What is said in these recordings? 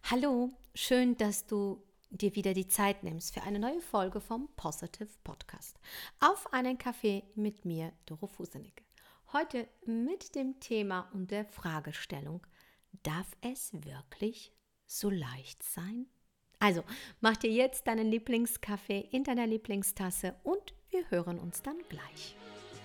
Hallo, schön, dass du dir wieder die Zeit nimmst für eine neue Folge vom Positive Podcast. Auf einen Kaffee mit mir, Doro Fusenicke. Heute mit dem Thema und der Fragestellung: Darf es wirklich so leicht sein? Also, mach dir jetzt deinen Lieblingskaffee in deiner Lieblingstasse und wir hören uns dann gleich.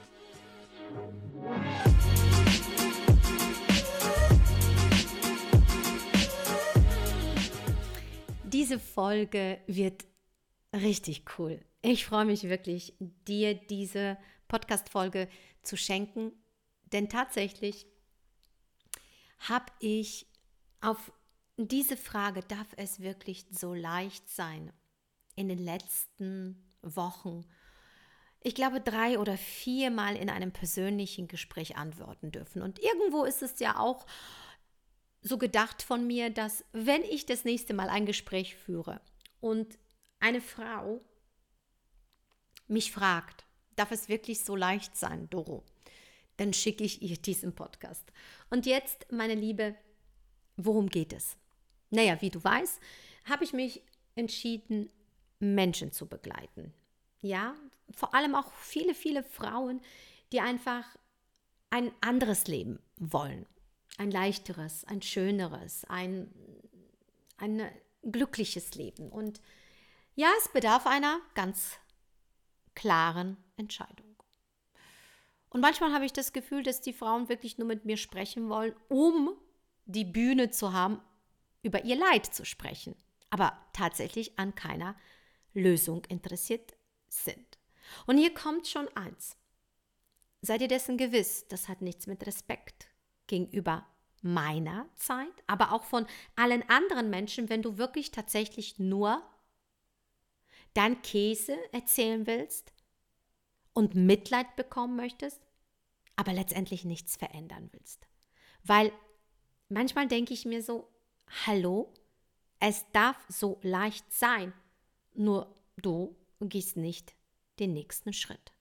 Diese Folge wird richtig cool. Ich freue mich wirklich, dir diese Podcast-Folge zu schenken, denn tatsächlich habe ich auf diese Frage, darf es wirklich so leicht sein, in den letzten Wochen, ich glaube 3 oder 4 Mal in einem persönlichen Gespräch antworten dürfen. Und irgendwo ist es ja auch so gedacht von mir, dass wenn ich das nächste Mal ein Gespräch führe und eine Frau mich fragt, darf es wirklich so leicht sein, Doro, dann schicke ich ihr diesen Podcast. Und jetzt, meine Liebe, worum geht es? Naja, wie du weißt, habe ich mich entschieden, Menschen zu begleiten. Ja, vor allem auch viele, viele Frauen, die einfach ein anderes Leben wollen. Ein leichteres, ein schöneres, ein glückliches Leben. Und ja, es bedarf einer ganz klaren Entscheidung. Und manchmal habe ich das Gefühl, dass die Frauen wirklich nur mit mir sprechen wollen, um die Bühne zu haben, über ihr Leid zu sprechen, aber tatsächlich an keiner Lösung interessiert sind. Und hier kommt schon eins. Seid ihr dessen gewiss, das hat nichts mit Respekt gegenüber meiner Zeit, aber auch von allen anderen Menschen, wenn du wirklich tatsächlich nur dein Käse erzählen willst und Mitleid bekommen möchtest, aber letztendlich nichts verändern willst. Weil manchmal denke ich mir so, hallo, es darf so leicht sein, nur du gehst nicht den nächsten Schritt.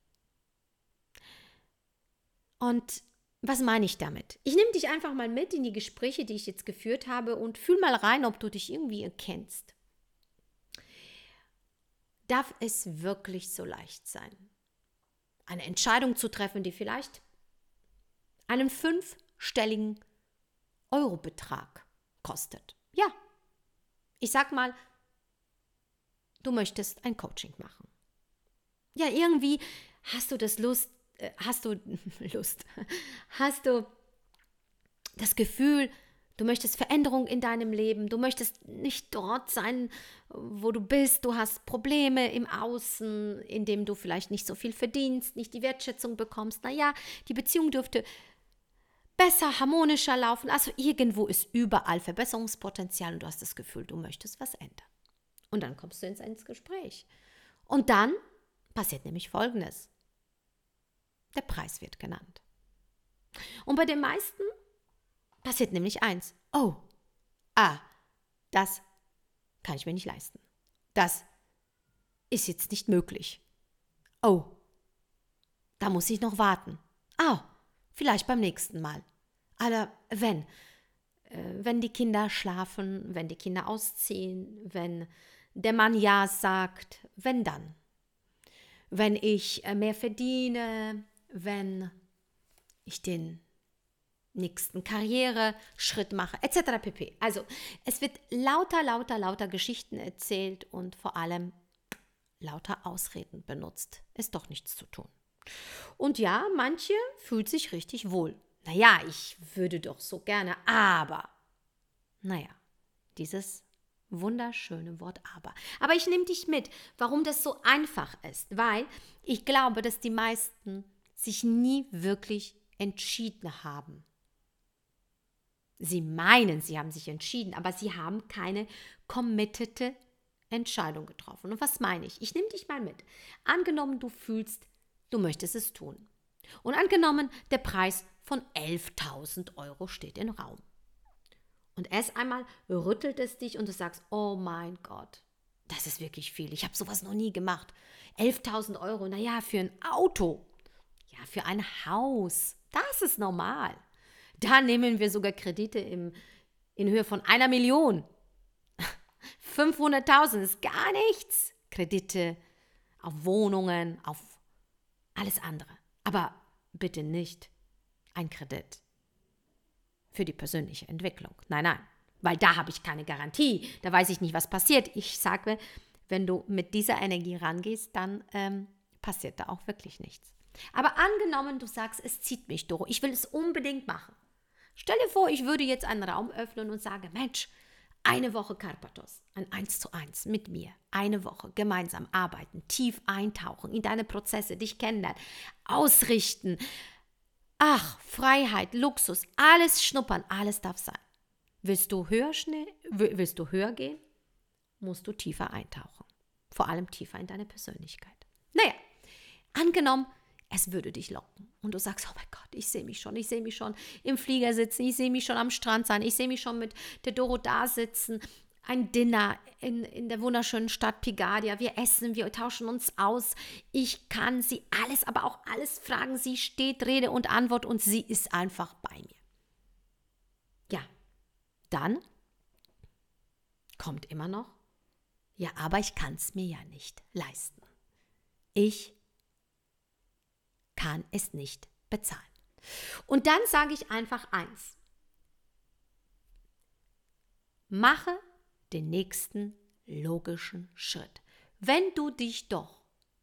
Und was meine ich damit? Ich nehme dich einfach mal mit in die Gespräche, die ich jetzt geführt habe und fühl mal rein, ob du dich irgendwie erkennst. Darf es wirklich so leicht sein, eine Entscheidung zu treffen, die vielleicht einen 5-stelligen Eurobetrag kostet? Ja, ich sag mal, du möchtest ein Coaching machen. Ja, irgendwie hast du hast du Lust, hast du das Gefühl, du möchtest Veränderung in deinem Leben, du möchtest nicht dort sein, wo du bist, du hast Probleme im Außen, in dem du vielleicht nicht so viel verdienst, nicht die Wertschätzung bekommst. Naja, die Beziehung dürfte besser, harmonischer laufen. Also irgendwo ist überall Verbesserungspotenzial und du hast das Gefühl, du möchtest was ändern. Und dann kommst du ins Gespräch. Und dann passiert nämlich Folgendes. Der Preis wird genannt. Und bei den meisten passiert nämlich eins. Oh, das kann ich mir nicht leisten. Das ist jetzt nicht möglich. Oh, da muss ich noch warten. Vielleicht beim nächsten Mal. Aber wenn die Kinder schlafen, wenn die Kinder ausziehen, wenn der Mann Ja sagt, wenn dann. Wenn ich mehr verdiene, wenn ich den nächsten Karriereschritt mache, etc. pp. Also es wird lauter Geschichten erzählt und vor allem lauter Ausreden benutzt, es doch nichts zu tun. Und ja, manche fühlt sich richtig wohl. Naja, ich würde doch so gerne, aber. Naja, dieses wunderschöne Wort aber. Aber ich nehme dich mit, warum das so einfach ist, weil ich glaube, dass die meisten sich nie wirklich entschieden haben. Sie meinen, sie haben sich entschieden, aber sie haben keine committete Entscheidung getroffen. Und was meine ich? Ich nehme dich mal mit. Angenommen, du fühlst, du möchtest es tun. Und angenommen, der Preis von 11.000 Euro steht im Raum. Und erst einmal rüttelt es dich und du sagst, oh mein Gott, das ist wirklich viel. Ich habe sowas noch nie gemacht. 11.000 Euro, naja, für ein Auto, ja, für ein Haus, das ist normal. Da nehmen wir sogar Kredite in Höhe von 1 Million. 500.000 ist gar nichts. Kredite auf Wohnungen, auf alles andere. Aber bitte nicht ein Kredit für die persönliche Entwicklung. Nein, nein, weil da habe ich keine Garantie. Da weiß ich nicht, was passiert. Ich sage, wenn du mit dieser Energie rangehst, dann passiert da auch wirklich nichts. Aber angenommen, du sagst, es zieht mich, Doro, ich will es unbedingt machen. Stell dir vor, ich würde jetzt einen Raum öffnen und sage, Mensch, eine Woche Karpathos, ein 1:1 mit mir, eine Woche gemeinsam arbeiten, tief eintauchen in deine Prozesse, dich kennenlernen, ausrichten. Ach, Freiheit, Luxus, alles schnuppern, alles darf sein. Willst du höher gehen, musst du tiefer eintauchen. Vor allem tiefer in deine Persönlichkeit. Naja, angenommen, es würde dich locken und du sagst, oh mein Gott, ich sehe mich schon im Flieger sitzen, ich sehe mich schon am Strand sein, ich sehe mich schon mit der Doro da sitzen, ein Dinner in der wunderschönen Stadt Pigadia, wir essen, wir tauschen uns aus, ich kann sie alles, aber auch alles fragen, sie steht Rede und Antwort und sie ist einfach bei mir. Ja, dann kommt immer noch, ja, aber ich kann es mir ja nicht leisten. Ich kann es nicht bezahlen. Und dann sage ich einfach eins. Mache den nächsten logischen Schritt. Wenn du dich doch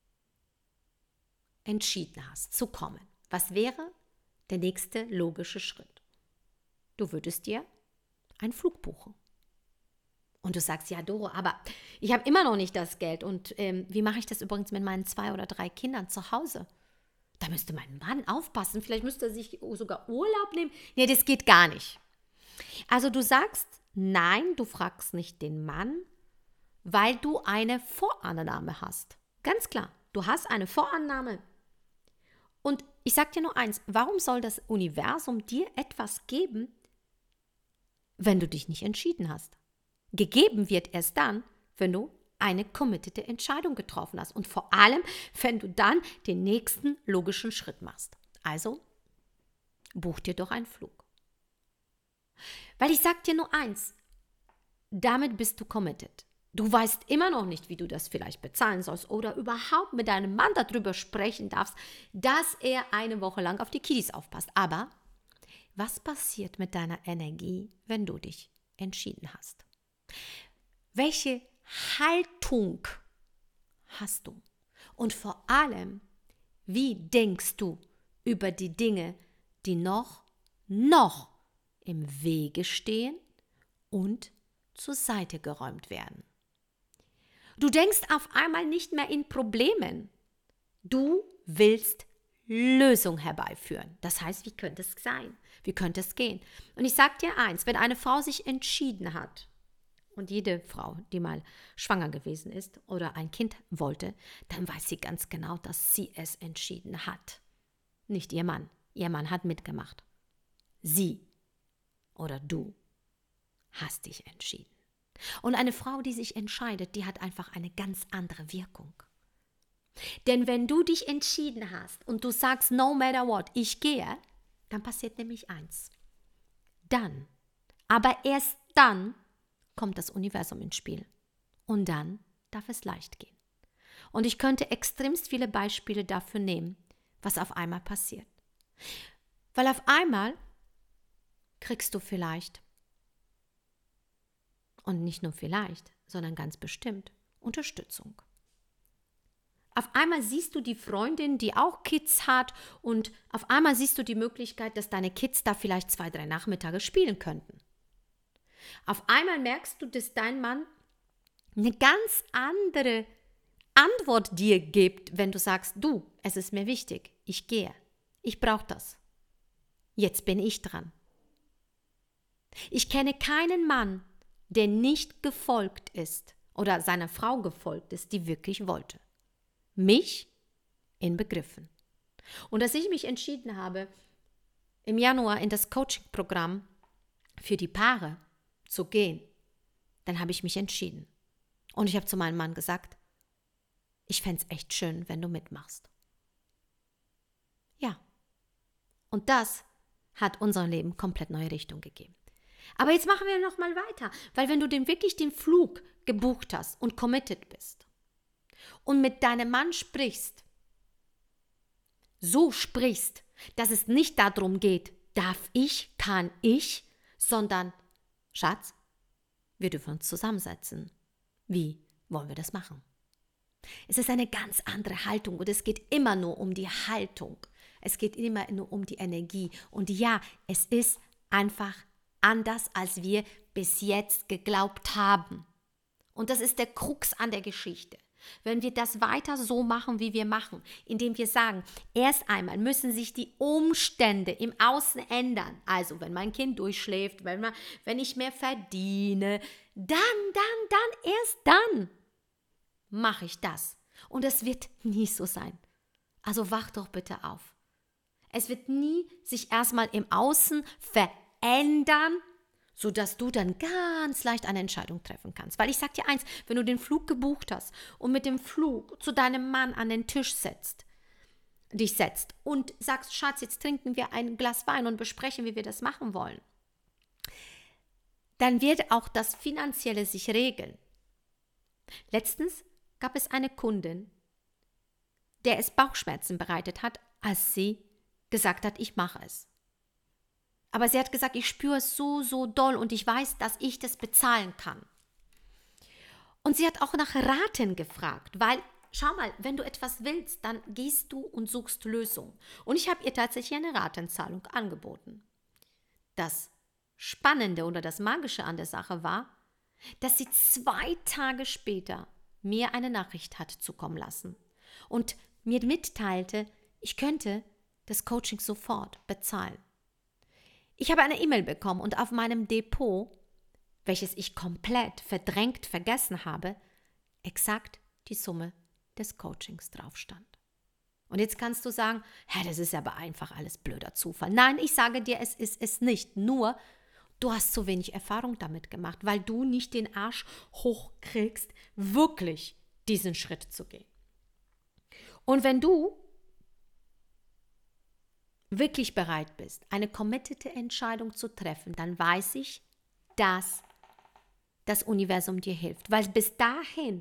entschieden hast zu kommen, was wäre der nächste logische Schritt? Du würdest dir einen Flug buchen. Und du sagst, ja Doro, aber ich habe immer noch nicht das Geld. Und wie mache ich das übrigens mit meinen 2 oder 3 Kindern zu Hause? Da müsste mein Mann aufpassen. Vielleicht müsste er sich sogar Urlaub nehmen. Nee, das geht gar nicht. Also du sagst, nein, du fragst nicht den Mann, weil du eine Vorannahme hast. Ganz klar, du hast eine Vorannahme. Und ich sage dir nur eins, warum soll das Universum dir etwas geben, wenn du dich nicht entschieden hast? Gegeben wird erst dann, wenn du eine committete Entscheidung getroffen hast und vor allem, wenn du dann den nächsten logischen Schritt machst. Also, buch dir doch einen Flug. Weil ich sag dir nur eins, damit bist du committed. Du weißt immer noch nicht, wie du das vielleicht bezahlen sollst oder überhaupt mit deinem Mann darüber sprechen darfst, dass er eine Woche lang auf die Kiddies aufpasst. Aber was passiert mit deiner Energie, wenn du dich entschieden hast? Welche Haltung hast du? Und vor allem, wie denkst du über die Dinge, die noch im Wege stehen und zur Seite geräumt werden? Du denkst auf einmal nicht mehr in Problemen. Du willst Lösung herbeiführen. Das heißt, wie könnte es sein? Wie könnte es gehen? Und ich sage dir eins, wenn eine Frau sich entschieden hat, und jede Frau, die mal schwanger gewesen ist oder ein Kind wollte, dann weiß sie ganz genau, dass sie es entschieden hat. Nicht ihr Mann. Ihr Mann hat mitgemacht. Sie oder du hast dich entschieden. Und eine Frau, die sich entscheidet, die hat einfach eine ganz andere Wirkung. Denn wenn du dich entschieden hast und du sagst, no matter what, ich gehe, dann passiert nämlich eins. Dann, aber erst dann, kommt das Universum ins Spiel. Und dann darf es leicht gehen. Und ich könnte extremst viele Beispiele dafür nehmen, was auf einmal passiert. Weil auf einmal kriegst du vielleicht, und nicht nur vielleicht, sondern ganz bestimmt, Unterstützung. Auf einmal siehst du die Freundin, die auch Kids hat und auf einmal siehst du die Möglichkeit, dass deine Kids da vielleicht 2, 3 Nachmittage spielen könnten. Auf einmal merkst du, dass dein Mann eine ganz andere Antwort dir gibt, wenn du sagst, du, es ist mir wichtig, ich gehe, ich brauche das. Jetzt bin ich dran. Ich kenne keinen Mann, der nicht gefolgt ist oder seiner Frau gefolgt ist, die wirklich wollte. Mich inbegriffen. Und dass ich mich entschieden habe, im Januar in das Coaching-Programm für die Paare zu gehen, dann habe ich mich entschieden. Und ich habe zu meinem Mann gesagt, ich fände es echt schön, wenn du mitmachst. Ja. Und das hat unserem Leben komplett neue Richtung gegeben. Aber jetzt machen wir noch mal weiter, weil wenn du wirklich den Flug gebucht hast und committed bist und mit deinem Mann sprichst, so sprichst, dass es nicht darum geht, darf ich, kann ich, sondern Schatz, wir dürfen uns zusammensetzen. Wie wollen wir das machen? Es ist eine ganz andere Haltung und es geht immer nur um die Haltung. Es geht immer nur um die Energie. Und ja, es ist einfach anders, als wir bis jetzt geglaubt haben. Und das ist der Krux an der Geschichte. Wenn wir das weiter so machen, wie wir machen, indem wir sagen, erst einmal müssen sich die Umstände im Außen ändern. Also wenn mein Kind durchschläft, wenn ich mehr verdiene, dann, erst dann mache ich das. Und es wird nie so sein. Also wach doch bitte auf. Es wird nie sich erstmal im Außen verändern, sodass du dann ganz leicht eine Entscheidung treffen kannst. Weil ich sage dir eins, wenn du den Flug gebucht hast und mit dem Flug zu deinem Mann an den Tisch dich setzt und sagst, Schatz, jetzt trinken wir ein Glas Wein und besprechen, wie wir das machen wollen, dann wird auch das Finanzielle sich regeln. Letztens gab es eine Kundin, der es Bauchschmerzen bereitet hat, als sie gesagt hat, ich mache es. Aber sie hat gesagt, ich spüre es so doll und ich weiß, dass ich das bezahlen kann. Und sie hat auch nach Raten gefragt, weil, schau mal, wenn du etwas willst, dann gehst du und suchst Lösungen. Und ich habe ihr tatsächlich eine Ratenzahlung angeboten. Das Spannende oder das Magische an der Sache war, dass sie 2 Tage später mir eine Nachricht hat zukommen lassen und mir mitteilte, ich könnte das Coaching sofort bezahlen. Ich habe eine E-Mail bekommen und auf meinem Depot, welches ich komplett verdrängt vergessen habe, exakt die Summe des Coachings drauf stand. Und jetzt kannst du sagen, das ist aber einfach alles blöder Zufall. Nein, ich sage dir, es ist es nicht. Nur, du hast zu wenig Erfahrung damit gemacht, weil du nicht den Arsch hochkriegst, wirklich diesen Schritt zu gehen. Und wenn du wirklich bereit bist, eine committete Entscheidung zu treffen, dann weiß ich, dass das Universum dir hilft. Weil bis dahin,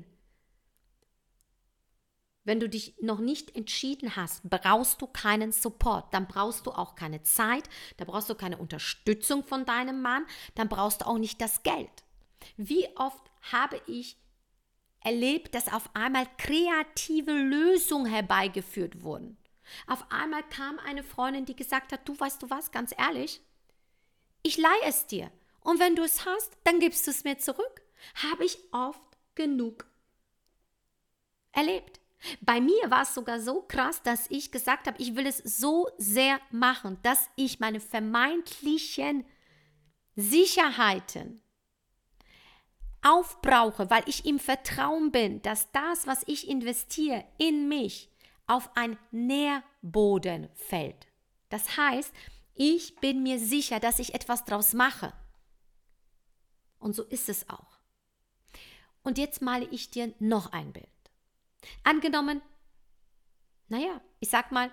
wenn du dich noch nicht entschieden hast, brauchst du keinen Support. Dann brauchst du auch keine Zeit, da brauchst du keine Unterstützung von deinem Mann, dann brauchst du auch nicht das Geld. Wie oft habe ich erlebt, dass auf einmal kreative Lösungen herbeigeführt wurden. Auf einmal kam eine Freundin, die gesagt hat, du weißt du was, ganz ehrlich, ich leihe es dir und wenn du es hast, dann gibst du es mir zurück. Habe ich oft genug erlebt. Bei mir war es sogar so krass, dass ich gesagt habe, ich will es so sehr machen, dass ich meine vermeintlichen Sicherheiten aufbrauche, weil ich im Vertrauen bin, dass das, was ich investiere in mich, auf ein Nährboden fällt. Das heißt, ich bin mir sicher, dass ich etwas draus mache. Und so ist es auch. Und jetzt male ich dir noch ein Bild. Angenommen, ich sag mal,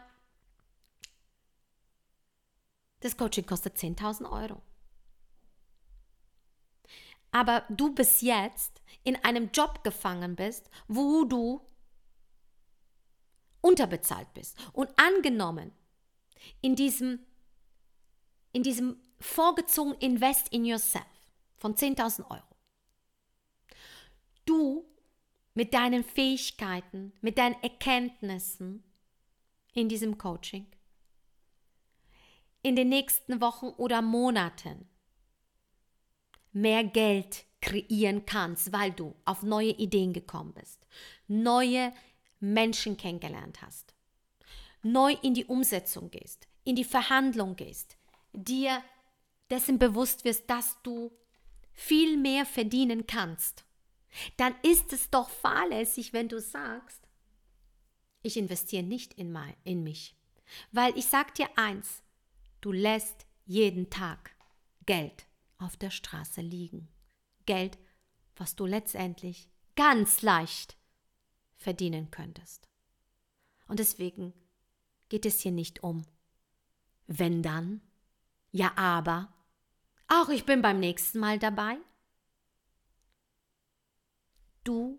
das Coaching kostet 10.000 Euro. Aber du bis jetzt in einem Job gefangen bist, wo du unterbezahlt bist. Und angenommen, in diesem vorgezogenen Invest in yourself von 10.000 Euro, du mit deinen Fähigkeiten, mit deinen Erkenntnissen in diesem Coaching in den nächsten Wochen oder Monaten mehr Geld kreieren kannst, weil du auf neue Ideen gekommen bist, neue Menschen kennengelernt hast, neu in die Umsetzung gehst, in die Verhandlung gehst, dir dessen bewusst wirst, dass du viel mehr verdienen kannst, dann ist es doch fahrlässig, wenn du sagst, ich investiere nicht in mich. Weil ich sag dir eins, du lässt jeden Tag Geld auf der Straße liegen. Geld, was du letztendlich ganz leicht verdienen könntest. Und deswegen geht es hier nicht um wenn dann, ja aber, auch ich bin beim nächsten Mal dabei. Du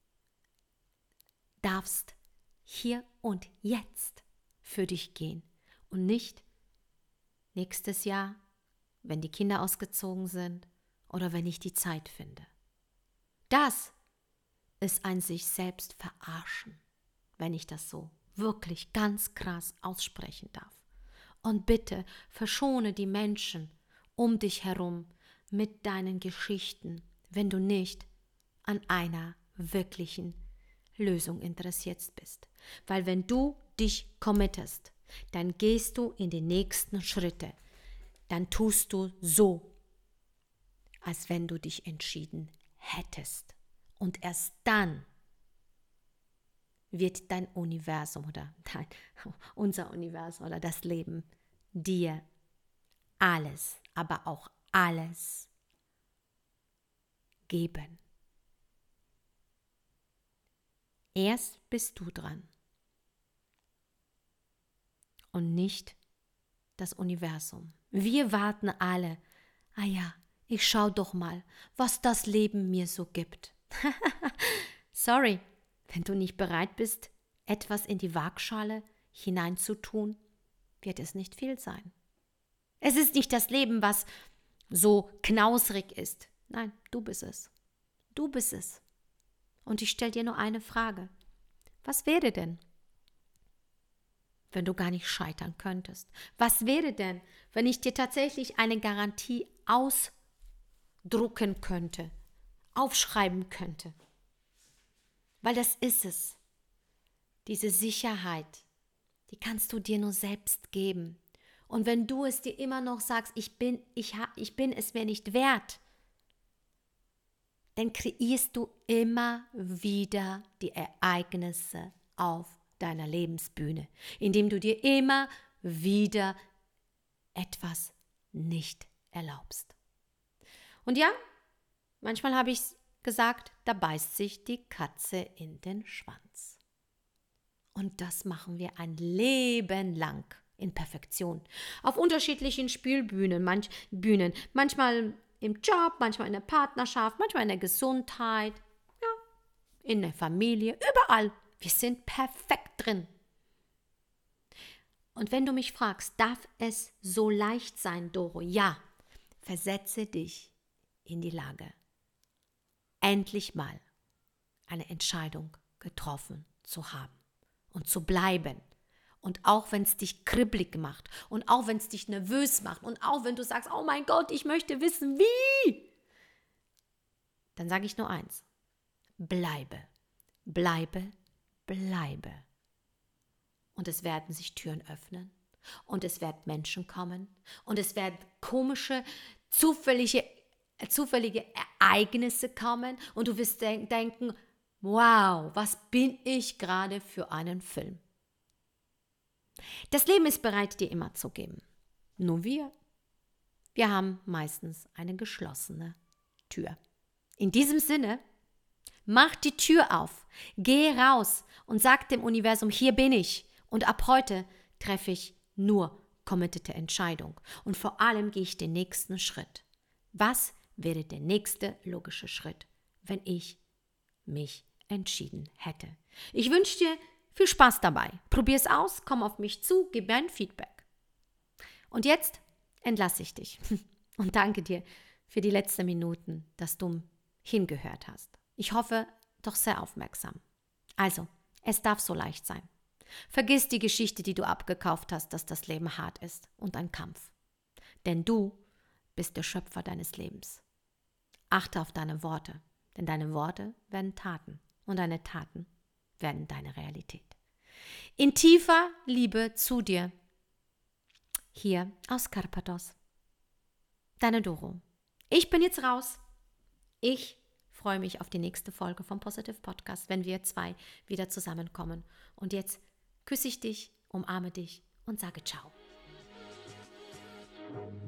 darfst hier und jetzt für dich gehen und nicht nächstes Jahr, wenn die Kinder ausgezogen sind oder wenn ich die Zeit finde. Das ist ein sich selbst verarschen, wenn ich das so wirklich ganz krass aussprechen darf. Und bitte verschone die Menschen um dich herum mit deinen Geschichten, wenn du nicht an einer wirklichen Lösung interessiert bist. Weil wenn du dich committest, dann gehst du in die nächsten Schritte. Dann tust du so, als wenn du dich entschieden hättest. Und erst dann wird dein Universum oder unser Universum oder das Leben dir alles, aber auch alles geben. Erst bist du dran und nicht das Universum. Wir warten alle. Ah ja, ich schau doch mal, was das Leben mir so gibt. Sorry, wenn du nicht bereit bist, etwas in die Waagschale hineinzutun, wird es nicht viel sein. Es ist nicht das Leben, was so knausrig ist. Nein, du bist es. Du bist es. Und ich stelle dir nur eine Frage. Was wäre denn, wenn du gar nicht scheitern könntest? Was wäre denn, wenn ich dir tatsächlich eine Garantie ausdrucken könnte, aufschreiben könnte? Weil das ist es. Diese Sicherheit, die kannst du dir nur selbst geben. Und wenn du es dir immer noch sagst, ich bin es mir nicht wert, dann kreierst du immer wieder die Ereignisse auf deiner Lebensbühne, indem du dir immer wieder etwas nicht erlaubst. Und ja, manchmal habe ich gesagt, da beißt sich die Katze in den Schwanz. Und das machen wir ein Leben lang in Perfektion. Auf unterschiedlichen Spielbühnen, manchmal im Job, manchmal in der Partnerschaft, manchmal in der Gesundheit, ja, in der Familie, überall. Wir sind perfekt drin. Und wenn du mich fragst, darf es so leicht sein, Doro? Ja, versetze dich in die Lage, endlich mal eine Entscheidung getroffen zu haben und zu bleiben. Und auch wenn es dich kribbelig macht und auch wenn es dich nervös macht und auch wenn du sagst, oh mein Gott, ich möchte wissen, wie, dann sage ich nur eins, bleibe, bleibe, bleibe. Und es werden sich Türen öffnen und es werden Menschen kommen und es werden komische, zufällige Ereignisse kommen und du wirst denken, wow, was bin ich gerade für einen Film? Das Leben ist bereit, dir immer zu geben. Nur wir haben meistens eine geschlossene Tür. In diesem Sinne, mach die Tür auf, geh raus und sag dem Universum, hier bin ich. Und ab heute treffe ich nur committete Entscheidung. Und vor allem gehe ich den nächsten Schritt. Was wäre der nächste logische Schritt, wenn ich mich entschieden hätte? Ich wünsche dir viel Spaß dabei. Probier es aus, komm auf mich zu, gib mir ein Feedback. Und jetzt entlasse ich dich und danke dir für die letzten Minuten, dass du hingehört hast. Ich hoffe, doch sehr aufmerksam. Also, es darf so leicht sein. Vergiss die Geschichte, die du abgekauft hast, dass das Leben hart ist und ein Kampf. Denn du bist der Schöpfer deines Lebens. Achte auf deine Worte, denn deine Worte werden Taten und deine Taten werden deine Realität. In tiefer Liebe zu dir, hier aus Karpathos. Deine Doro. Ich bin jetzt raus. Ich freue mich auf die nächste Folge vom Positive Podcast, wenn wir zwei wieder zusammenkommen. Und jetzt küsse ich dich, umarme dich und sage ciao.